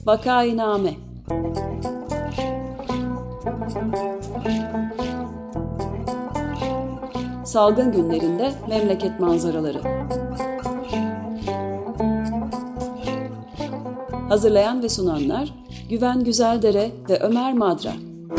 Vakainame. Salgın günlerinde memleket manzaraları. Hazırlayan ve sunanlar Güven Güzeldere ve Ömer Madra.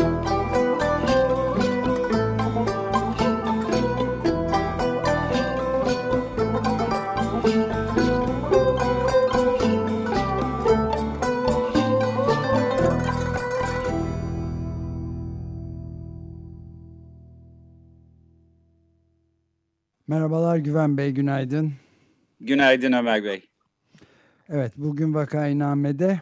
Merhabalar Güven Bey, günaydın. Günaydın Ömer Bey. Evet, bugün Vakainame'de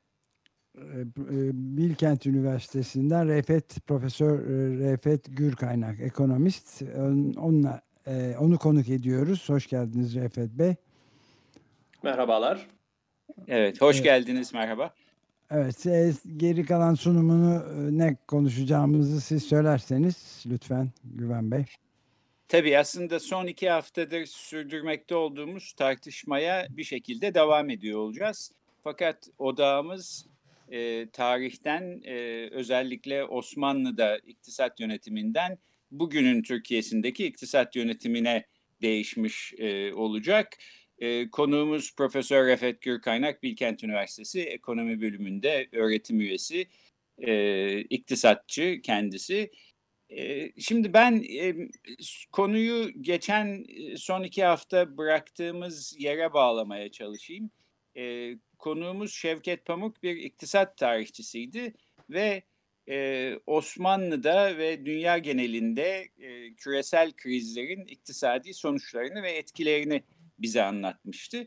Bilkent Üniversitesi'nden Profesör Refet Gürkaynak, ekonomist. Onu konuk ediyoruz. Hoş geldiniz Refet Bey. Merhabalar. Evet, hoş geldiniz, merhaba. Evet, geri kalan sunumunu ne konuşacağımızı siz söylerseniz lütfen Güven Bey. Tabii aslında son 2 haftadır sürdürmekte olduğumuz tartışmaya bir şekilde devam ediyor olacağız. Fakat odağımız tarihten özellikle Osmanlı'da iktisat yönetiminden bugünün Türkiye'sindeki iktisat yönetimine değişmiş olacak. Konuğumuz Profesör Refet Gürkaynak, Bilkent Üniversitesi Ekonomi Bölümünde öğretim üyesi, iktisatçı kendisi. Şimdi ben konuyu geçen son 2 hafta bıraktığımız yere bağlamaya çalışayım. Konuğumuz Şevket Pamuk bir iktisat tarihçisiydi ve Osmanlı'da ve dünya genelinde küresel krizlerin iktisadi sonuçlarını ve etkilerini bize anlatmıştı.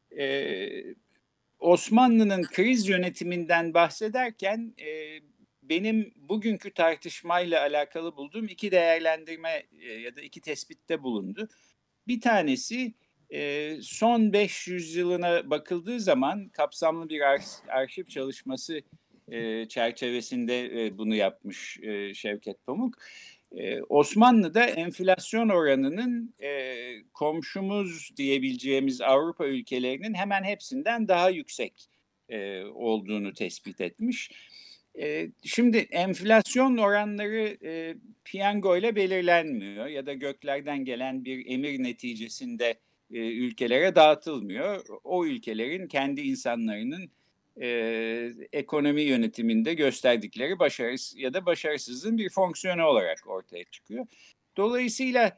Osmanlı'nın kriz yönetiminden bahsederken benim bugünkü tartışmayla alakalı bulduğum 2 değerlendirme ya da 2 tespitte bulundu. Bir tanesi son 500 yılına bakıldığı zaman kapsamlı bir arşiv çalışması çerçevesinde bunu yapmış Şevket Pamuk. Osmanlı'da enflasyon oranının komşumuz diyebileceğimiz Avrupa ülkelerinin hemen hepsinden daha yüksek olduğunu tespit etmiş. Şimdi enflasyon oranları piyango ile belirlenmiyor ya da göklerden gelen bir emir neticesinde ülkelere dağıtılmıyor. O ülkelerin kendi insanlarının ekonomi yönetiminde gösterdikleri başarı ya da başarısızlığın bir fonksiyonu olarak ortaya çıkıyor. Dolayısıyla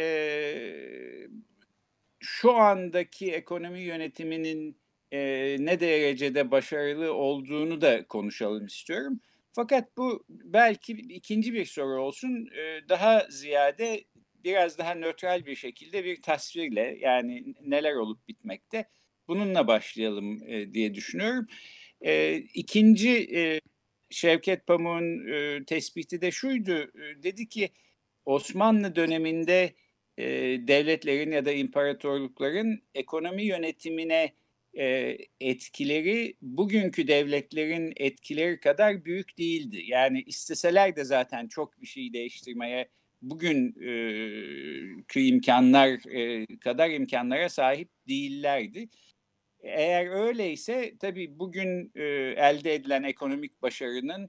şu andaki ekonomi yönetiminin ne derecede başarılı olduğunu da konuşalım istiyorum. Fakat bu belki ikinci bir soru olsun. Daha ziyade biraz daha nötral bir şekilde bir tasvirle, yani neler olup bitmekte, bununla başlayalım diye düşünüyorum. İkinci Şevket Pamuk'un tespiti de şuydu. Dedi ki Osmanlı döneminde devletlerin ya da imparatorlukların ekonomi yönetimine etkileri bugünkü devletlerin etkileri kadar büyük değildi. Yani isteseler de zaten çok bir şey değiştirmeye bugünkü imkanlar kadar imkanlara sahip değillerdi. Eğer öyleyse tabii bugün elde edilen ekonomik başarının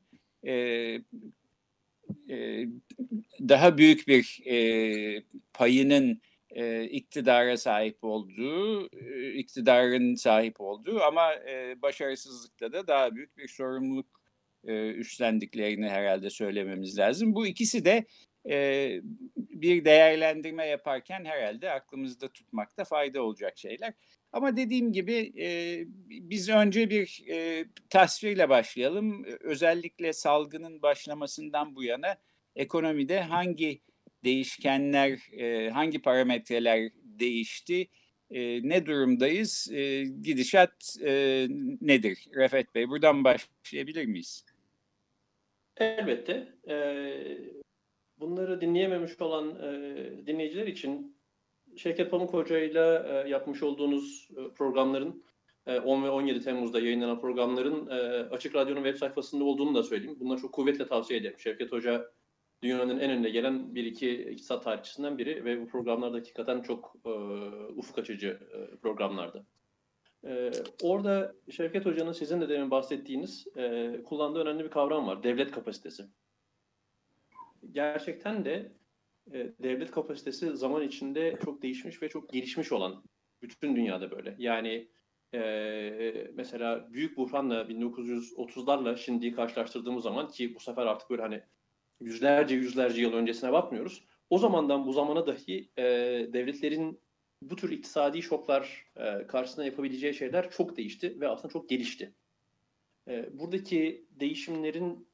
daha büyük bir payının iktidara sahip olduğu, iktidarın sahip olduğu ama başarısızlıkta da daha büyük bir sorumluluk üstlendiklerini herhalde söylememiz lazım. Bu ikisi de bir değerlendirme yaparken herhalde aklımızda tutmakta fayda olacak şeyler. Ama dediğim gibi biz önce bir tasvirle başlayalım. Özellikle salgının başlamasından bu yana ekonomide hangi değişkenler, hangi parametreler değişti, ne durumdayız, gidişat nedir? Refet Bey, buradan başlayabilir miyiz? Elbette. Bunları dinleyememiş olan dinleyiciler için Şevket Pamuk Hoca ile yapmış olduğunuz programların 10 ve 17 Temmuz'da yayınlanan programların Açık Radyo'nun web sayfasında olduğunu da söyleyeyim. Bunları çok kuvvetle tavsiye ederim. Şevket Hoca dünyanın en önüne gelen bir iki iktisat tarihçisinden biri ve bu programlar da hakikaten çok ufuk açıcı programlardı. Orada Şevket Hoca'nın sizin de demin bahsettiğiniz kullandığı önemli bir kavram var. Devlet kapasitesi. Gerçekten de devlet kapasitesi zaman içinde çok değişmiş ve çok gelişmiş olan, bütün dünyada böyle. Yani mesela büyük buhranla 1930'larla şimdiyi karşılaştırdığımız zaman, ki bu sefer artık böyle hani yüzlerce yıl öncesine bakmıyoruz. O zamandan bu zamana dahi devletlerin bu tür iktisadi şoklar karşısında yapabileceği şeyler çok değişti ve aslında çok gelişti. Buradaki değişimlerin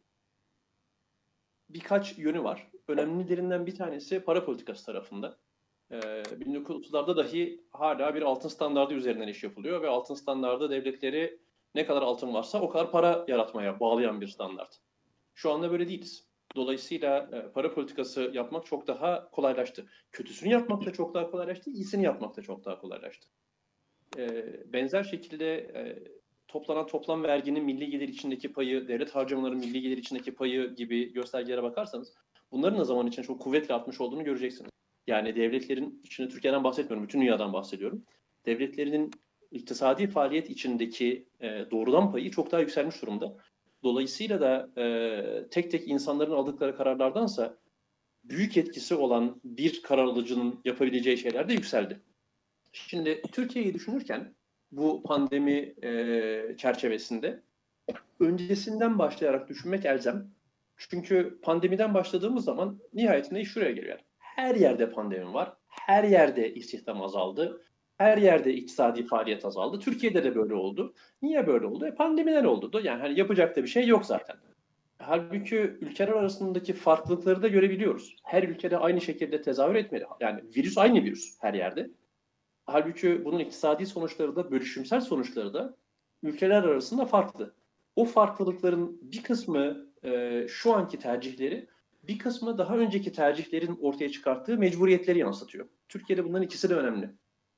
birkaç yönü var. Önemlilerinden bir tanesi para politikası tarafında. 1930'larda dahi hala bir altın standardı üzerinden iş yapılıyor ve altın standardı devletleri ne kadar altın varsa o kadar para yaratmaya bağlayan bir standart. Şu anda böyle değiliz. Dolayısıyla para politikası yapmak çok daha kolaylaştı. Kötüsünü yapmak da çok daha kolaylaştı, iyisini yapmak da çok daha kolaylaştı. Benzer şekilde toplanan toplam verginin milli gelir içindeki payı, devlet harcamalarının milli gelir içindeki payı gibi göstergelere bakarsanız bunların da zaman içinde çok kuvvetle artmış olduğunu göreceksiniz. Yani devletlerin, şimdi Türkiye'den bahsetmiyorum, bütün dünyadan bahsediyorum. Devletlerinin iktisadi faaliyet içindeki doğrudan payı çok daha yükselmiş durumda. Dolayısıyla da tek tek insanların aldıkları kararlardansa büyük etkisi olan bir karar alıcının yapabileceği şeyler de yükseldi. Şimdi Türkiye'yi düşünürken bu pandemi çerçevesinde öncesinden başlayarak düşünmek elzem. Çünkü pandemiden başladığımız zaman nihayetinde iş şuraya geliyor. Her yerde pandemi var, her yerde istihdam azaldı, her yerde iktisadi faaliyet azaldı. Türkiye'de de böyle oldu. Niye böyle oldu? Pandemiden oldu. Yani hani yapacak da bir şey yok zaten. Halbuki ülkeler arasındaki farklılıkları da görebiliyoruz. Her ülkede aynı şekilde tezahür etmedi. Yani virüs aynı virüs her yerde. Halbuki bunun iktisadi sonuçları da, bölüşümsel sonuçları da ülkeler arasında farklı. O farklılıkların bir kısmı şu anki tercihleri, bir kısmı daha önceki tercihlerin ortaya çıkarttığı mecburiyetleri yansıtıyor. Türkiye'de bunların ikisi de önemli.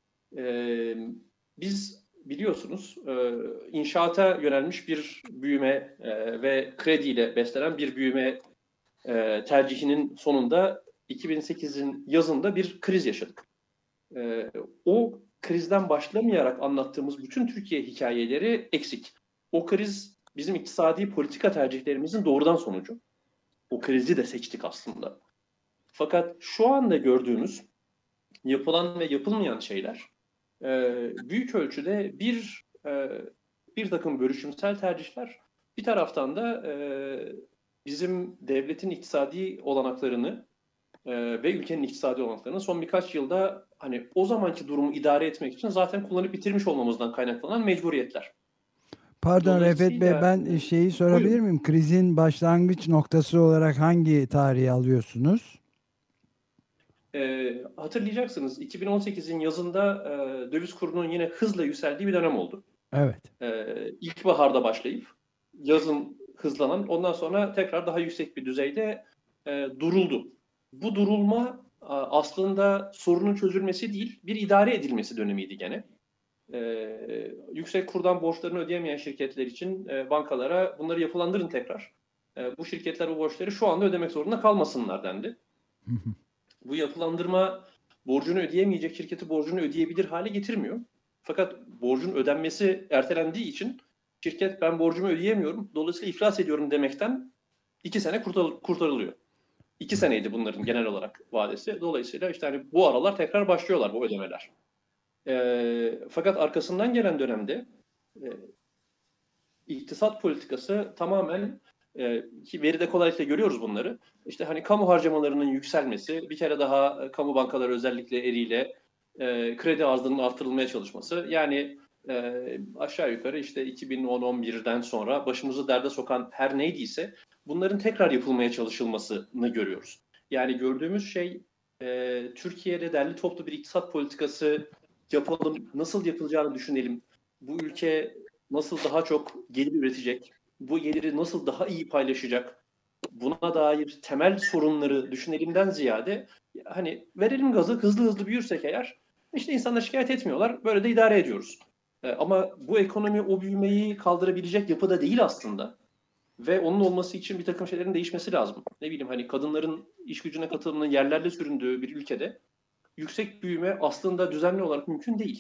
Biz biliyorsunuz inşaata yönelmiş bir büyüme ve krediyle beslenen bir büyüme tercihinin sonunda 2008'in yazında bir kriz yaşadık. O krizden başlamayarak anlattığımız bütün Türkiye hikayeleri eksik. O kriz bizim iktisadi politika tercihlerimizin doğrudan sonucu. O krizi de seçtik aslında. Fakat şu anda gördüğümüz yapılan ve yapılmayan şeyler büyük ölçüde bir takım bölüşümsel tercihler, bir taraftan da bizim devletin iktisadi olanaklarını ve ülkenin iktisadi olanaklarını son birkaç yılda hani o zamanki durumu idare etmek için zaten kullanıp bitirmiş olmamızdan kaynaklanan mecburiyetler. Pardon Refet Bey, ben şeyi sorabilir miyim? Krizin başlangıç noktası olarak hangi tarihi alıyorsunuz? Hatırlayacaksınız 2018'in yazında döviz kurunun yine hızla yükseldiği bir dönem oldu. Evet. İlkbaharda başlayıp yazın hızlanan, ondan sonra tekrar daha yüksek bir düzeyde duruldu. Bu durulma aslında sorunun çözülmesi değil, bir idare edilmesi dönemiydi gene. Yüksek kurdan borçlarını ödeyemeyen şirketler için bankalara bunları yapılandırın tekrar. Bu şirketler bu borçları şu anda ödemek zorunda kalmasınlar dendi. Bu yapılandırma borcunu ödeyemeyecek şirketi borcunu ödeyebilir hale getirmiyor. Fakat borcun ödenmesi ertelendiği için şirket ben borcumu ödeyemiyorum, dolayısıyla iflas ediyorum demekten 2 sene kurtarılıyor. 2 seneydi bunların genel olarak vadesi. Dolayısıyla işte hani bu aralar tekrar başlıyorlar bu ödemeler. Fakat arkasından gelen dönemde iktisat politikası tamamen ki veride kolaylıkla görüyoruz bunları. İşte hani kamu harcamalarının yükselmesi, bir kere daha kamu bankaları özellikle eliyle kredi arzının artırılmaya çalışması. Yani aşağı yukarı işte 2010-11'den sonra başımızı derde sokan her neydiyse bunların tekrar yapılmaya çalışılmasını görüyoruz. Yani gördüğümüz şey Türkiye'de derli toplu bir iktisat politikası yapalım, nasıl yapılacağını düşünelim. Bu ülke nasıl daha çok gelir üretecek, bu geliri nasıl daha iyi paylaşacak, buna dair temel sorunları düşünelimden ziyade hani verelim gazı, hızlı büyürsek eğer işte insanlar şikayet etmiyorlar, böyle de idare ediyoruz. Ama bu ekonomi o büyümeyi kaldırabilecek yapıda değil aslında. Ve onun olması için bir takım şeylerin değişmesi lazım. Ne bileyim hani kadınların iş gücüne katılımının yerlerle süründüğü bir ülkede yüksek büyüme aslında düzenli olarak mümkün değil.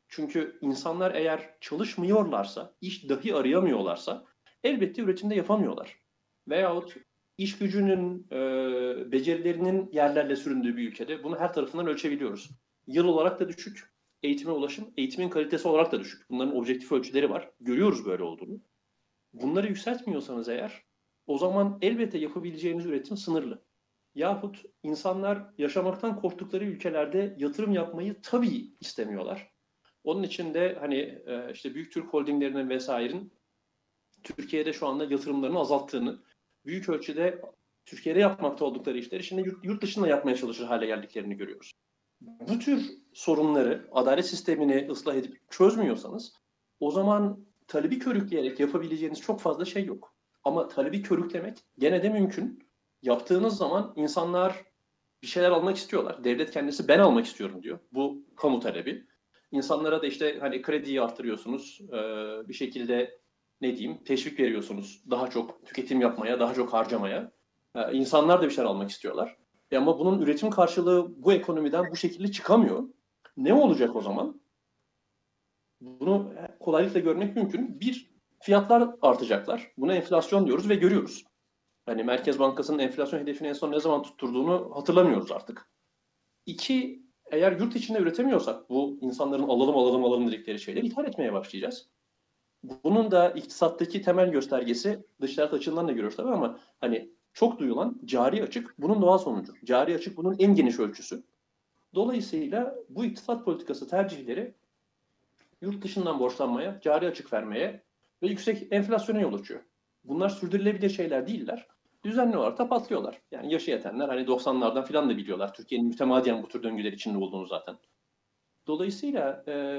Çünkü insanlar eğer çalışmıyorlarsa, iş dahi arayamıyorlarsa elbette üretimde yapamıyorlar. Veyahut iş gücünün, becerilerinin yerlerle süründüğü bir ülkede bunu her tarafından ölçebiliyoruz. Yıl olarak da düşük, eğitime ulaşım, eğitimin kalitesi olarak da düşük. Bunların objektif ölçüleri var. Görüyoruz böyle olduğunu. Bunları yükseltmiyorsanız eğer, o zaman elbette yapabileceğiniz üretim sınırlı. Yahut insanlar yaşamaktan korktukları ülkelerde yatırım yapmayı tabii istemiyorlar. Onun için de hani işte büyük Türk holdinglerinin vesairenin Türkiye'de şu anda yatırımlarını azalttığını, büyük ölçüde Türkiye'de yapmakta oldukları işleri şimdi yurt dışında yapmaya çalışır hale geldiklerini görüyoruz. Bu tür sorunları, adalet sistemini ıslah edip çözmüyorsanız o zaman talebi körükleyerek yapabileceğiniz çok fazla şey yok. Ama talebi körüklemek gene de mümkün. Yaptığınız zaman insanlar bir şeyler almak istiyorlar. Devlet kendisi ben almak istiyorum diyor. Bu kamu talebi. İnsanlara da işte hani krediyi arttırıyorsunuz. Bir şekilde ne diyeyim teşvik veriyorsunuz. Daha çok tüketim yapmaya, daha çok harcamaya. İnsanlar da bir şeyler almak istiyorlar. Ama bunun üretim karşılığı bu ekonomiden bu şekilde çıkamıyor. Ne olacak o zaman? Bunu kolaylıkla görmek mümkün. Bir, fiyatlar artacaklar. Buna enflasyon diyoruz ve görüyoruz. Hani Merkez Bankası'nın enflasyon hedefini en son ne zaman tutturduğunu hatırlamıyoruz artık. İki, eğer yurt içinde üretemiyorsak bu insanların alalım dedikleri şeyleri ithal etmeye başlayacağız. Bunun da iktisattaki temel göstergesi dış ticaret açığından da görüyoruz tabii ama hani çok duyulan cari açık bunun doğal sonucu. Cari açık bunun en geniş ölçüsü. Dolayısıyla bu iktisat politikası tercihleri yurt dışından borçlanmaya, cari açık vermeye ve yüksek enflasyona yol açıyor. Bunlar sürdürülebilir şeyler değiller. Düzenli olarak da patlıyorlar. Yani yaşı yetenler hani 90'lardan falan da biliyorlar. Türkiye'nin mütemadiyen bu tür döngüler içinde olduğunu zaten. Dolayısıyla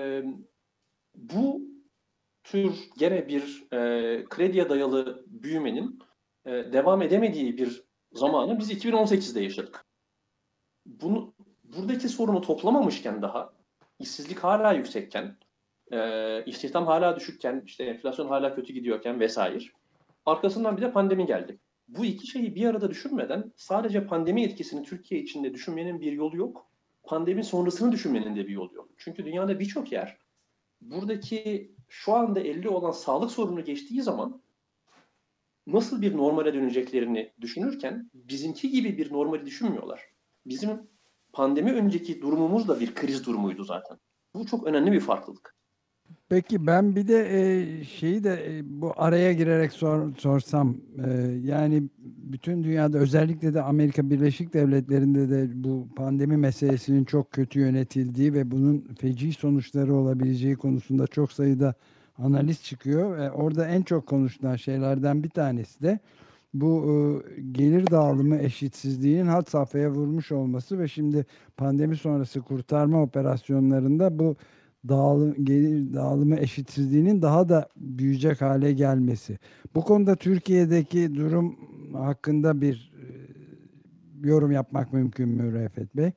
bu tür gene bir krediye dayalı büyümenin devam edemediği bir zamanı biz 2018'de yaşadık. Buradaki sorunu toplamamışken daha, işsizlik hala yüksekken, istihdam hala düşükken, işte enflasyon hala kötü gidiyorken vesaire. Arkasından bir de pandemi geldi. Bu iki şeyi bir arada düşünmeden sadece pandemi etkisini Türkiye içinde düşünmenin bir yolu yok. Pandemi sonrasını düşünmenin de bir yolu yok. Çünkü dünyada birçok yer buradaki şu anda 50 olan sağlık sorunu geçtiği zaman nasıl bir normale döneceklerini düşünürken bizimki gibi bir normali düşünmüyorlar. Bizim pandemi önceki durumumuz da bir kriz durumuydu zaten. Bu çok önemli bir farklılık. Peki ben bir de şeyi de bu araya girerek sorsam yani bütün dünyada özellikle de Amerika Birleşik Devletleri'nde de bu pandemi meselesinin çok kötü yönetildiği ve bunun feci sonuçları olabileceği konusunda çok sayıda analiz çıkıyor. Orada en çok konuşulan şeylerden bir tanesi de bu gelir dağılımı eşitsizliğinin had safhaya vurmuş olması ve şimdi pandemi sonrası kurtarma operasyonlarında bu gelir dağılımı eşitsizliğinin daha da büyüyecek hale gelmesi. Bu konuda Türkiye'deki durum hakkında bir yorum yapmak mümkün mü Refet Bey?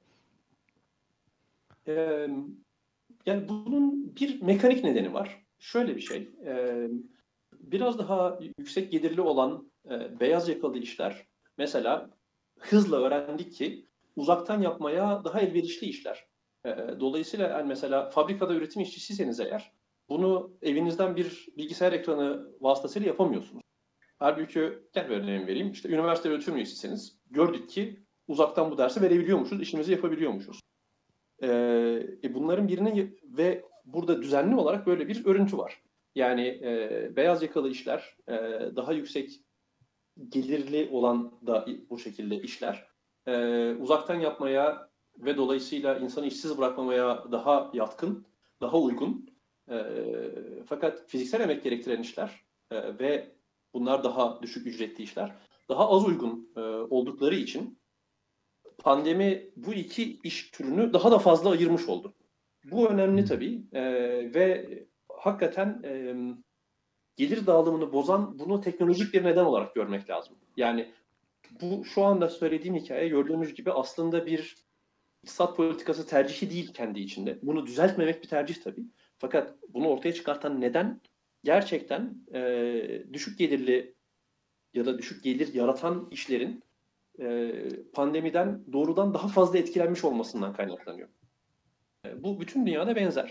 Yani bunun bir mekanik nedeni var. Şöyle bir şey. Biraz daha yüksek gelirli olan beyaz yakalı işler mesela hızla öğrendik ki uzaktan yapmaya daha elverişli işler. Dolayısıyla yani mesela fabrikada üretim işçisiyseniz eğer bunu evinizden bir bilgisayar ekranı vasıtasıyla yapamıyorsunuz. Halbuki gel bir örneğin vereyim. İşte üniversite öğretim üyesiyseniz gördük ki uzaktan bu dersi verebiliyormuşuz, işimizi yapabiliyormuşuz. Bunların birini ve burada düzenli olarak böyle bir örüntü var. Yani beyaz yakalı işler, daha yüksek gelirli olan da bu şekilde işler uzaktan yapmaya ve dolayısıyla insanı işsiz bırakmamaya daha yatkın, daha uygun. Fakat fiziksel emek gerektiren işler ve bunlar daha düşük ücretli işler daha az uygun oldukları için pandemi bu iki iş türünü daha da fazla ayırmış oldu. Bu önemli tabii ve hakikaten gelir dağılımını bozan bunu teknolojik bir neden olarak görmek lazım. Yani bu şu anda söylediğim hikaye gördüğünüz gibi aslında bir iktisat politikası tercihi değil kendi içinde. Bunu düzeltmemek bir tercih tabii. Fakat bunu ortaya çıkartan neden gerçekten düşük gelirli ya da düşük gelir yaratan işlerin pandemiden doğrudan daha fazla etkilenmiş olmasından kaynaklanıyor. Bu bütün dünyada benzer.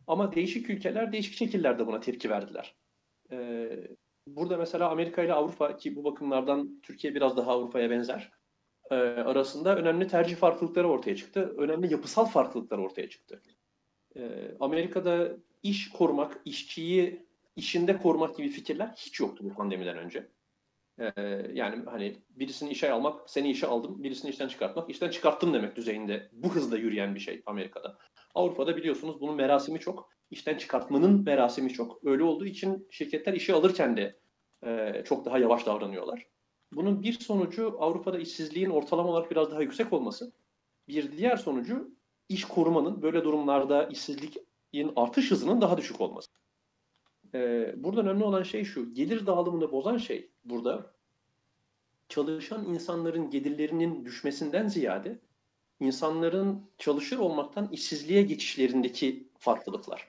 Ama değişik ülkeler değişik şekillerde buna tepki verdiler. Burada mesela Amerika ile Avrupa, ki bu bakımlardan Türkiye biraz daha Avrupa'ya benzer, arasında önemli tercih farklılıkları ortaya çıktı. Önemli yapısal farklılıklar ortaya çıktı. Amerika'da iş korumak, işçiyi işinde korumak gibi fikirler hiç yoktu bu pandemiden önce. Yani hani birisini işe almak, seni işe aldım, birisini işten çıkartmak, işten çıkarttım demek düzeyinde bu hızla yürüyen bir şey Amerika'da. Avrupa'da biliyorsunuz bunun merasimi çok, işten çıkartmanın merasimi çok. Öyle olduğu için şirketler işe alırken de çok daha yavaş davranıyorlar. Bunun bir sonucu Avrupa'da işsizliğin ortalama olarak biraz daha yüksek olması. Bir diğer sonucu iş korumanın böyle durumlarda işsizliğin artış hızının daha düşük olması. Burada önemli olan şey şu, gelir dağılımını bozan şey burada çalışan insanların gelirlerinin düşmesinden ziyade insanların çalışır olmaktan işsizliğe geçişlerindeki farklılıklar.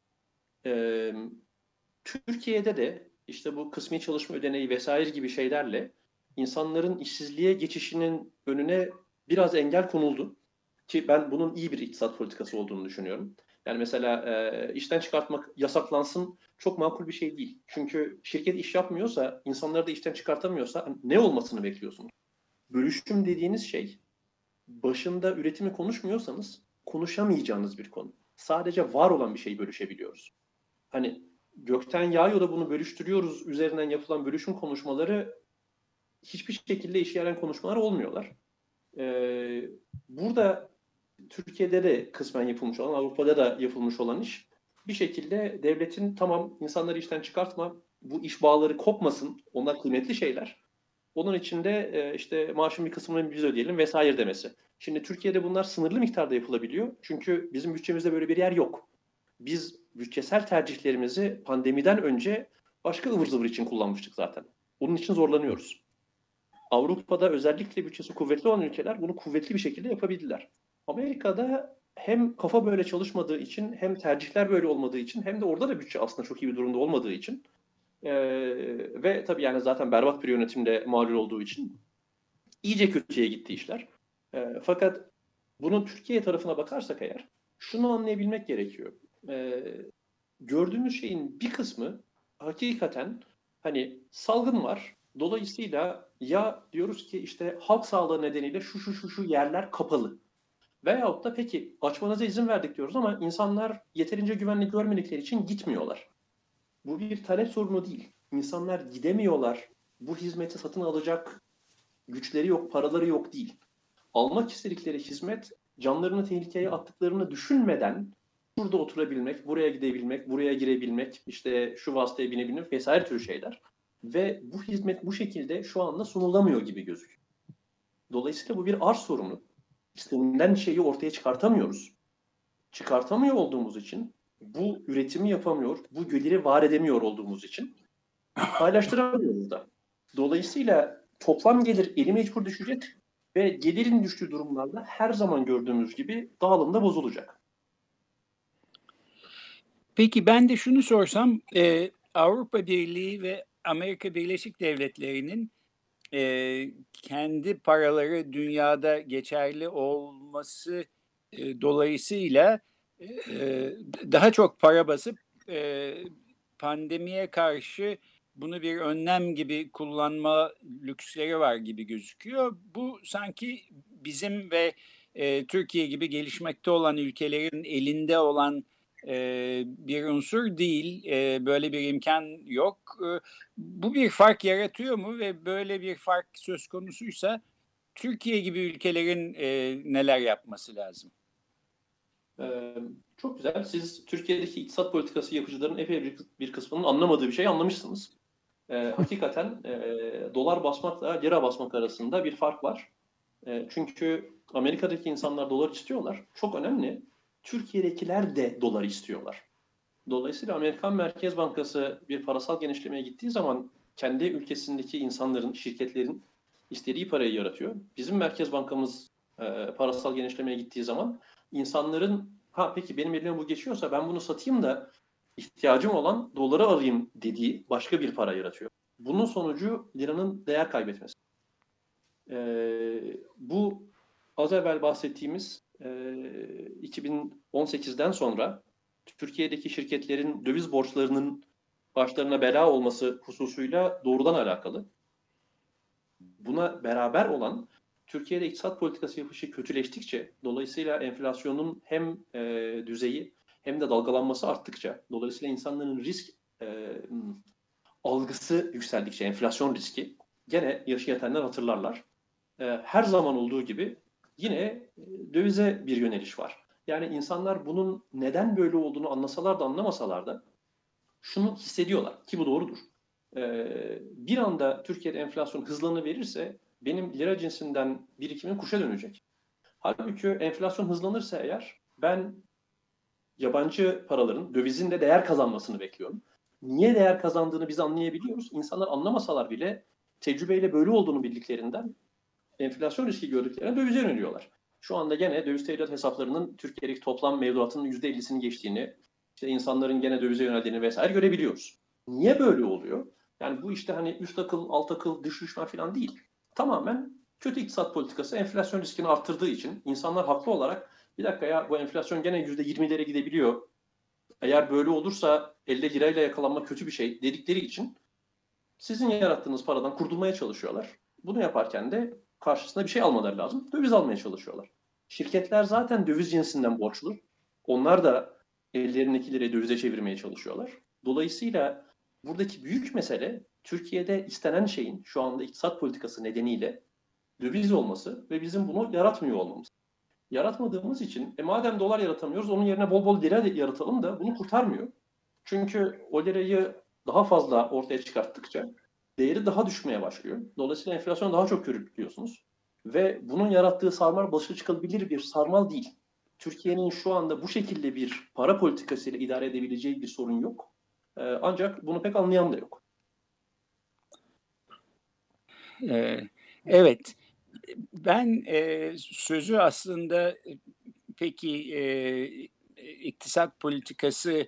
Türkiye'de de işte bu kısmi çalışma ödeneği vesaire gibi şeylerle insanların işsizliğe geçişinin önüne biraz engel konuldu. Ki ben bunun iyi bir iktisat politikası olduğunu düşünüyorum. Yani mesela işten çıkartmak yasaklansın çok makul bir şey değil. Çünkü şirket iş yapmıyorsa, insanları da işten çıkartamıyorsa ne olmasını bekliyorsunuz? Bölüşüm dediğiniz şey, başında üretimi konuşmuyorsanız konuşamayacağınız bir konu. Sadece var olan bir şeyi bölüşebiliyoruz. Hani gökten yağıyor da bunu bölüştürüyoruz üzerinden yapılan bölüşüm konuşmaları hiçbir şekilde işe yarayan konuşmalar olmuyorlar. Burada Türkiye'de de kısmen yapılmış olan, Avrupa'da da yapılmış olan iş bir şekilde devletin tamam insanları işten çıkartma, bu iş bağları kopmasın, onlar kıymetli şeyler. Onun için de işte maaşın bir kısmını biz ödeyelim vesaire demesi. Şimdi Türkiye'de bunlar sınırlı miktarda yapılabiliyor. Çünkü bizim bütçemizde böyle bir yer yok. Biz bütçesel tercihlerimizi pandemiden önce başka ıvır zıvır için kullanmıştık zaten. Onun için zorlanıyoruz. Avrupa'da özellikle bütçesi kuvvetli olan ülkeler bunu kuvvetli bir şekilde yapabildiler. Amerika'da hem kafa böyle çalışmadığı için, hem tercihler böyle olmadığı için, hem de orada da bütçe aslında çok iyi bir durumda olmadığı için ve tabii yani zaten berbat bir yönetimle mağlul olduğu için iyice kötüye gitti işler. Fakat bunun Türkiye tarafına bakarsak eğer şunu anlayabilmek gerekiyor. Gördüğümüz şeyin bir kısmı hakikaten hani salgın var. Dolayısıyla ya diyoruz ki işte halk sağlığı nedeniyle şu yerler kapalı. Veyahut da peki açmanıza izin verdik diyoruz ama insanlar yeterince güvenli görmedikleri için gitmiyorlar. Bu bir talep sorunu değil. İnsanlar gidemiyorlar. Bu hizmeti satın alacak güçleri yok, paraları yok değil. Almak istedikleri hizmet canlarını tehlikeye attıklarını düşünmeden burada oturabilmek, buraya gidebilmek, buraya girebilmek, işte şu vasıtaya binebilmek vesaire tür şeyler. Ve bu hizmet bu şekilde şu anda sunulamıyor gibi gözüküyor. Dolayısıyla bu bir arz sorunu. İstenilen şeyi ortaya çıkartamıyoruz. Çıkartamıyor olduğumuz için, bu üretimi yapamıyor, bu geliri var edemiyor olduğumuz için paylaştıramıyoruz da. Dolayısıyla toplam gelir eli mecbur düşecek ve gelirin düştüğü durumlarda her zaman gördüğümüz gibi dağılımda bozulacak. Peki ben de şunu sorsam, Avrupa Birliği ve Amerika Birleşik Devletleri'nin kendi paraları dünyada geçerli olması dolayısıyla daha çok para basıp pandemiye karşı bunu bir önlem gibi kullanma lüksleri var gibi gözüküyor. Bu sanki bizim ve Türkiye gibi gelişmekte olan ülkelerin elinde olan bir unsur değil. Böyle bir imkan yok. Bu bir fark yaratıyor mu ve böyle bir fark söz konusuysa Türkiye gibi ülkelerin neler yapması lazım? Çok güzel. Siz Türkiye'deki iktisat politikası yapıcıların epey bir kısmının anlamadığı bir şey anlamışsınız. Hakikaten dolar basmakla lira basmak arasında bir fark var. Çünkü Amerika'daki insanlar dolar istiyorlar. Çok önemli. Türkiye'dekiler de dolar istiyorlar. Dolayısıyla Amerikan Merkez Bankası bir parasal genişlemeye gittiği zaman kendi ülkesindeki insanların, şirketlerin istediği parayı yaratıyor. Bizim Merkez Bankamız parasal genişlemeye gittiği zaman insanların peki benim elime bu geçiyorsa ben bunu satayım da ihtiyacım olan doları alayım dediği başka bir para yaratıyor. Bunun sonucu liranın değer kaybetmesi. Bu az evvel bahsettiğimiz 2018'den sonra Türkiye'deki şirketlerin döviz borçlarının başlarına bela olması hususuyla doğrudan alakalı. Buna beraber olan Türkiye'de iktisat politikası yapışı kötüleştikçe, dolayısıyla enflasyonun hem düzeyi hem de dalgalanması arttıkça, dolayısıyla insanların risk algısı yükseldikçe, enflasyon riski, gene yaşı yetenler hatırlarlar. Her zaman olduğu gibi yine dövize bir yöneliş var. Yani insanlar bunun neden böyle olduğunu anlasalar da anlamasalar da şunu hissediyorlar ki bu doğrudur. Bir anda Türkiye'de enflasyon hızlanıverirse benim lira cinsinden birikimim kuşa dönecek. Halbuki enflasyon hızlanırsa eğer ben yabancı paraların, dövizin de değer kazanmasını bekliyorum. Niye değer kazandığını biz anlayabiliyoruz. İnsanlar anlamasalar bile tecrübeyle böyle olduğunu bildiklerinden enflasyon riski gördüklerine dövize yöneliyorlar. Şu anda gene döviz tevdiat hesaplarının Türkiye'deki toplam mevduatının %50'sini geçtiğini, işte insanların gene dövize yöneldiğini vesaire görebiliyoruz. Niye böyle oluyor? Yani bu işte hani üst akıl, alt akıl, dış düşman falan değil. Tamamen kötü iktisat politikası enflasyon riskini arttırdığı için insanlar haklı olarak bir dakika ya bu enflasyon gene %20'lere gidebiliyor. Eğer böyle olursa elde lirayla yakalanma kötü bir şey dedikleri için sizin yarattığınız paradan kurtulmaya çalışıyorlar. Bunu yaparken de karşısında bir şey almaları lazım. Döviz almaya çalışıyorlar. Şirketler zaten döviz cinsinden borçlu. Onlar da ellerindeki lirayı dövize çevirmeye çalışıyorlar. Dolayısıyla buradaki büyük mesele Türkiye'de istenen şeyin şu anda iktisat politikası nedeniyle döviz olması ve bizim bunu yaratmıyor olmamız. Yaratmadığımız için madem dolar yaratamıyoruz onun yerine bol bol lira yaratalım da bunu kurtarmıyor. Çünkü o lirayı daha fazla ortaya çıkarttıkça değeri daha düşmeye başlıyor. Dolayısıyla enflasyon daha çok körüklüyorsunuz. Ve bunun yarattığı sarmal başa çıkabilir bir sarmal değil. Türkiye'nin şu anda bu şekilde bir para politikasıyla idare edebileceği bir sorun yok. Ancak bunu pek anlayan da yok. Evet, ben sözü aslında peki iktisat politikası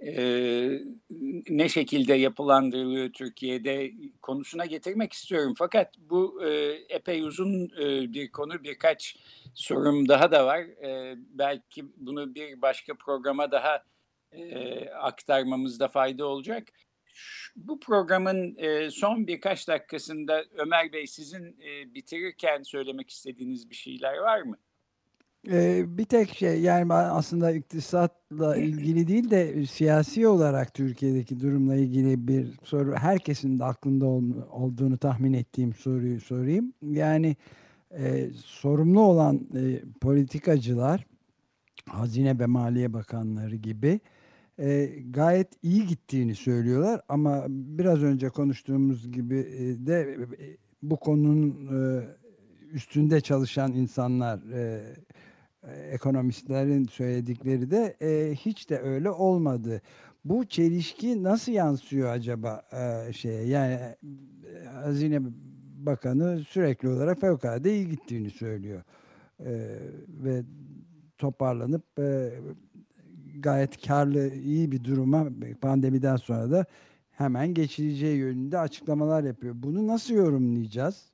ne şekilde yapılandırılıyor Türkiye'de konusuna getirmek istiyorum. Fakat bu epey uzun bir konu, birkaç sorum daha da var. Belki bunu bir başka programa daha aktarmamızda fayda olacak. Bu programın son birkaç dakikasında Ömer Bey sizin bitirirken söylemek istediğiniz bir şeyler var mı? Bir tek şey, yani ben aslında iktisatla ilgili değil de siyasi olarak Türkiye'deki durumla ilgili bir soru, herkesin de aklında olduğunu tahmin ettiğim soruyu sorayım. Yani sorumlu olan politikacılar, Hazine ve Maliye Bakanları gibi gayet iyi gittiğini söylüyorlar ama biraz önce konuştuğumuz gibi de bu konunun üstünde çalışan insanlar, ekonomistlerin söyledikleri de hiç de öyle olmadı. Bu çelişki nasıl yansıyor acaba şeye? Yani Hazine Bakanı sürekli olarak fevkalade iyi gittiğini söylüyor. Ve toparlanıp gayet karlı, iyi bir duruma pandemiden sonra da hemen geçileceği yönünde açıklamalar yapıyor. Bunu nasıl yorumlayacağız?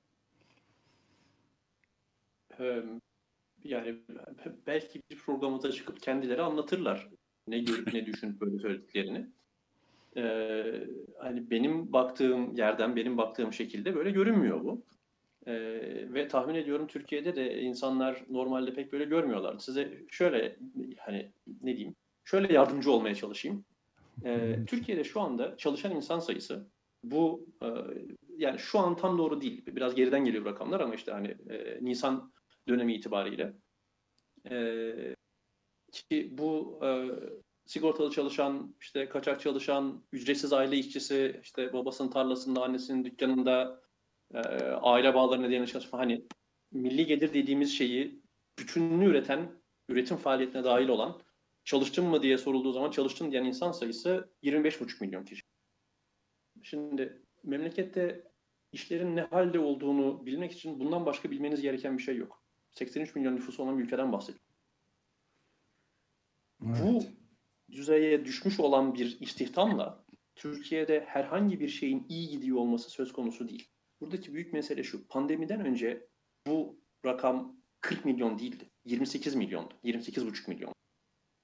Yani belki bir programımıza çıkıp kendileri anlatırlar ne görüp ne düşünüp böyle söylediklerini. Hani benim baktığım yerden, benim baktığım şekilde böyle görünmüyor bu. Ve tahmin ediyorum Türkiye'de de insanlar normalde pek böyle görmüyorlar. Size şöyle hani ne diyeyim, şöyle yardımcı olmaya çalışayım. Türkiye'de şu anda çalışan insan sayısı bu yani şu an tam doğru değil. Biraz geriden geliyor rakamlar ama işte hani Nisan dönemi itibariyle ki bu sigortalı çalışan, işte kaçak çalışan, ücretsiz aile işçisi, işte babasının tarlasında, annesinin dükkanında aile bağları nedeniyle çalışan, hani milli gelir dediğimiz şeyi bütününü üreten, üretim faaliyetine dahil olan, çalıştın mı diye sorulduğu zaman çalıştım diyen insan sayısı 25,5 milyon kişi. Şimdi memlekette işlerin ne halde olduğunu bilmek için bundan başka bilmeniz gereken bir şey yok. 83 milyon nüfusu olan bir ülkeden bahsediyoruz. Evet. Bu düzeye düşmüş olan bir istihdamla Türkiye'de herhangi bir şeyin iyi gidiyor olması söz konusu değil. Buradaki büyük mesele şu: pandemiden önce bu rakam 40 milyon değildi. 28 milyondu. 28,5 milyon.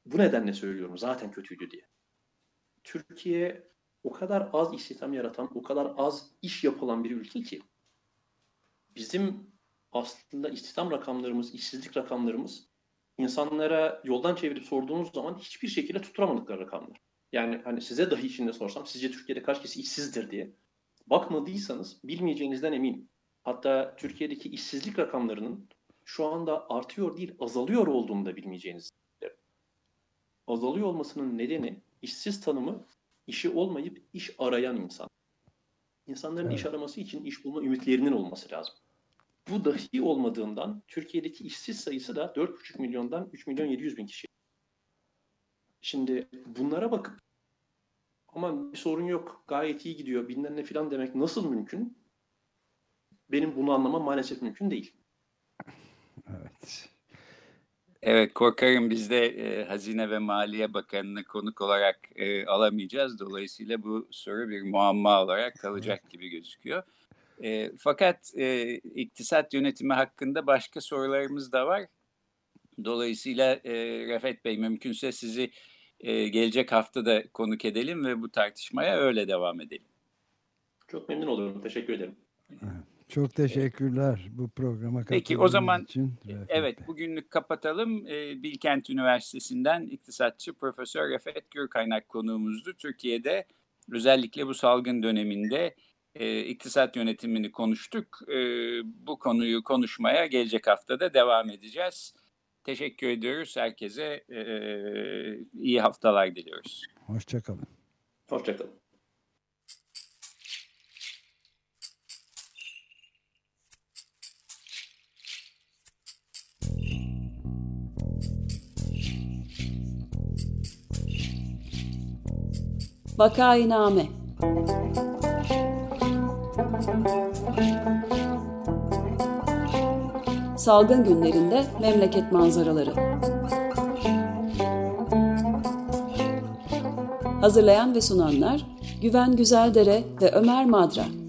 Bu nedenle söylüyorum zaten kötüydü diye. Türkiye o kadar az istihdam yaratan, o kadar az iş yapılan bir ülke ki bizim aslında istihdam rakamlarımız, işsizlik rakamlarımız insanlara yoldan çevirip sorduğunuz zaman hiçbir şekilde tutturamadıkları rakamlar. Yani hani size dahi içinde sorsam sizce Türkiye'de kaç kişi işsizdir diye bakmadıysanız bilmeyeceğinizden eminim. Hatta Türkiye'deki işsizlik rakamlarının şu anda artıyor değil azalıyor olduğunu da bilmeyeceğiniz. Azalıyor olmasının nedeni işsiz tanımı işi olmayıp iş arayan insan. İnsanların iş araması için iş bulma ümitlerinin olması lazım. Bu dahi olmadığından Türkiye'deki işsiz sayısı da 4,5 milyondan 3 milyon 700 bin kişi. Şimdi bunlara bakıp aman bir sorun yok, gayet iyi gidiyor, bilmem ne falan demek nasıl mümkün? Benim bunu anlamam maalesef mümkün değil. Evet. Evet, korkarım biz de Hazine ve Maliye Bakanı'nı konuk olarak alamayacağız. Dolayısıyla bu soru bir muamma olarak kalacak gibi gözüküyor. Fakat iktisat yönetimi hakkında başka sorularımız da var. Dolayısıyla Refet Bey, mümkünse sizi gelecek hafta da konuk edelim ve bu tartışmaya öyle devam edelim. Çok memnun olurum. Teşekkür ederim. Çok teşekkürler bu programa katıldığınız için. Peki o zaman evet, bugünlük kapatalım. Bilkent Üniversitesi'nden iktisatçı Profesör Refet Gürkaynak konuğumuzdu. Türkiye'de özellikle bu salgın döneminde iktisat yönetimini konuştuk. Bu konuyu konuşmaya gelecek hafta da devam edeceğiz. Teşekkür ediyoruz. Herkese iyi haftalar diliyoruz. Hoşçakalın. Hoşçakalın. Vakainame. Salgın günlerinde memleket manzaraları. Hazırlayan ve sunanlar Güven Güzeldere ve Ömer Madra.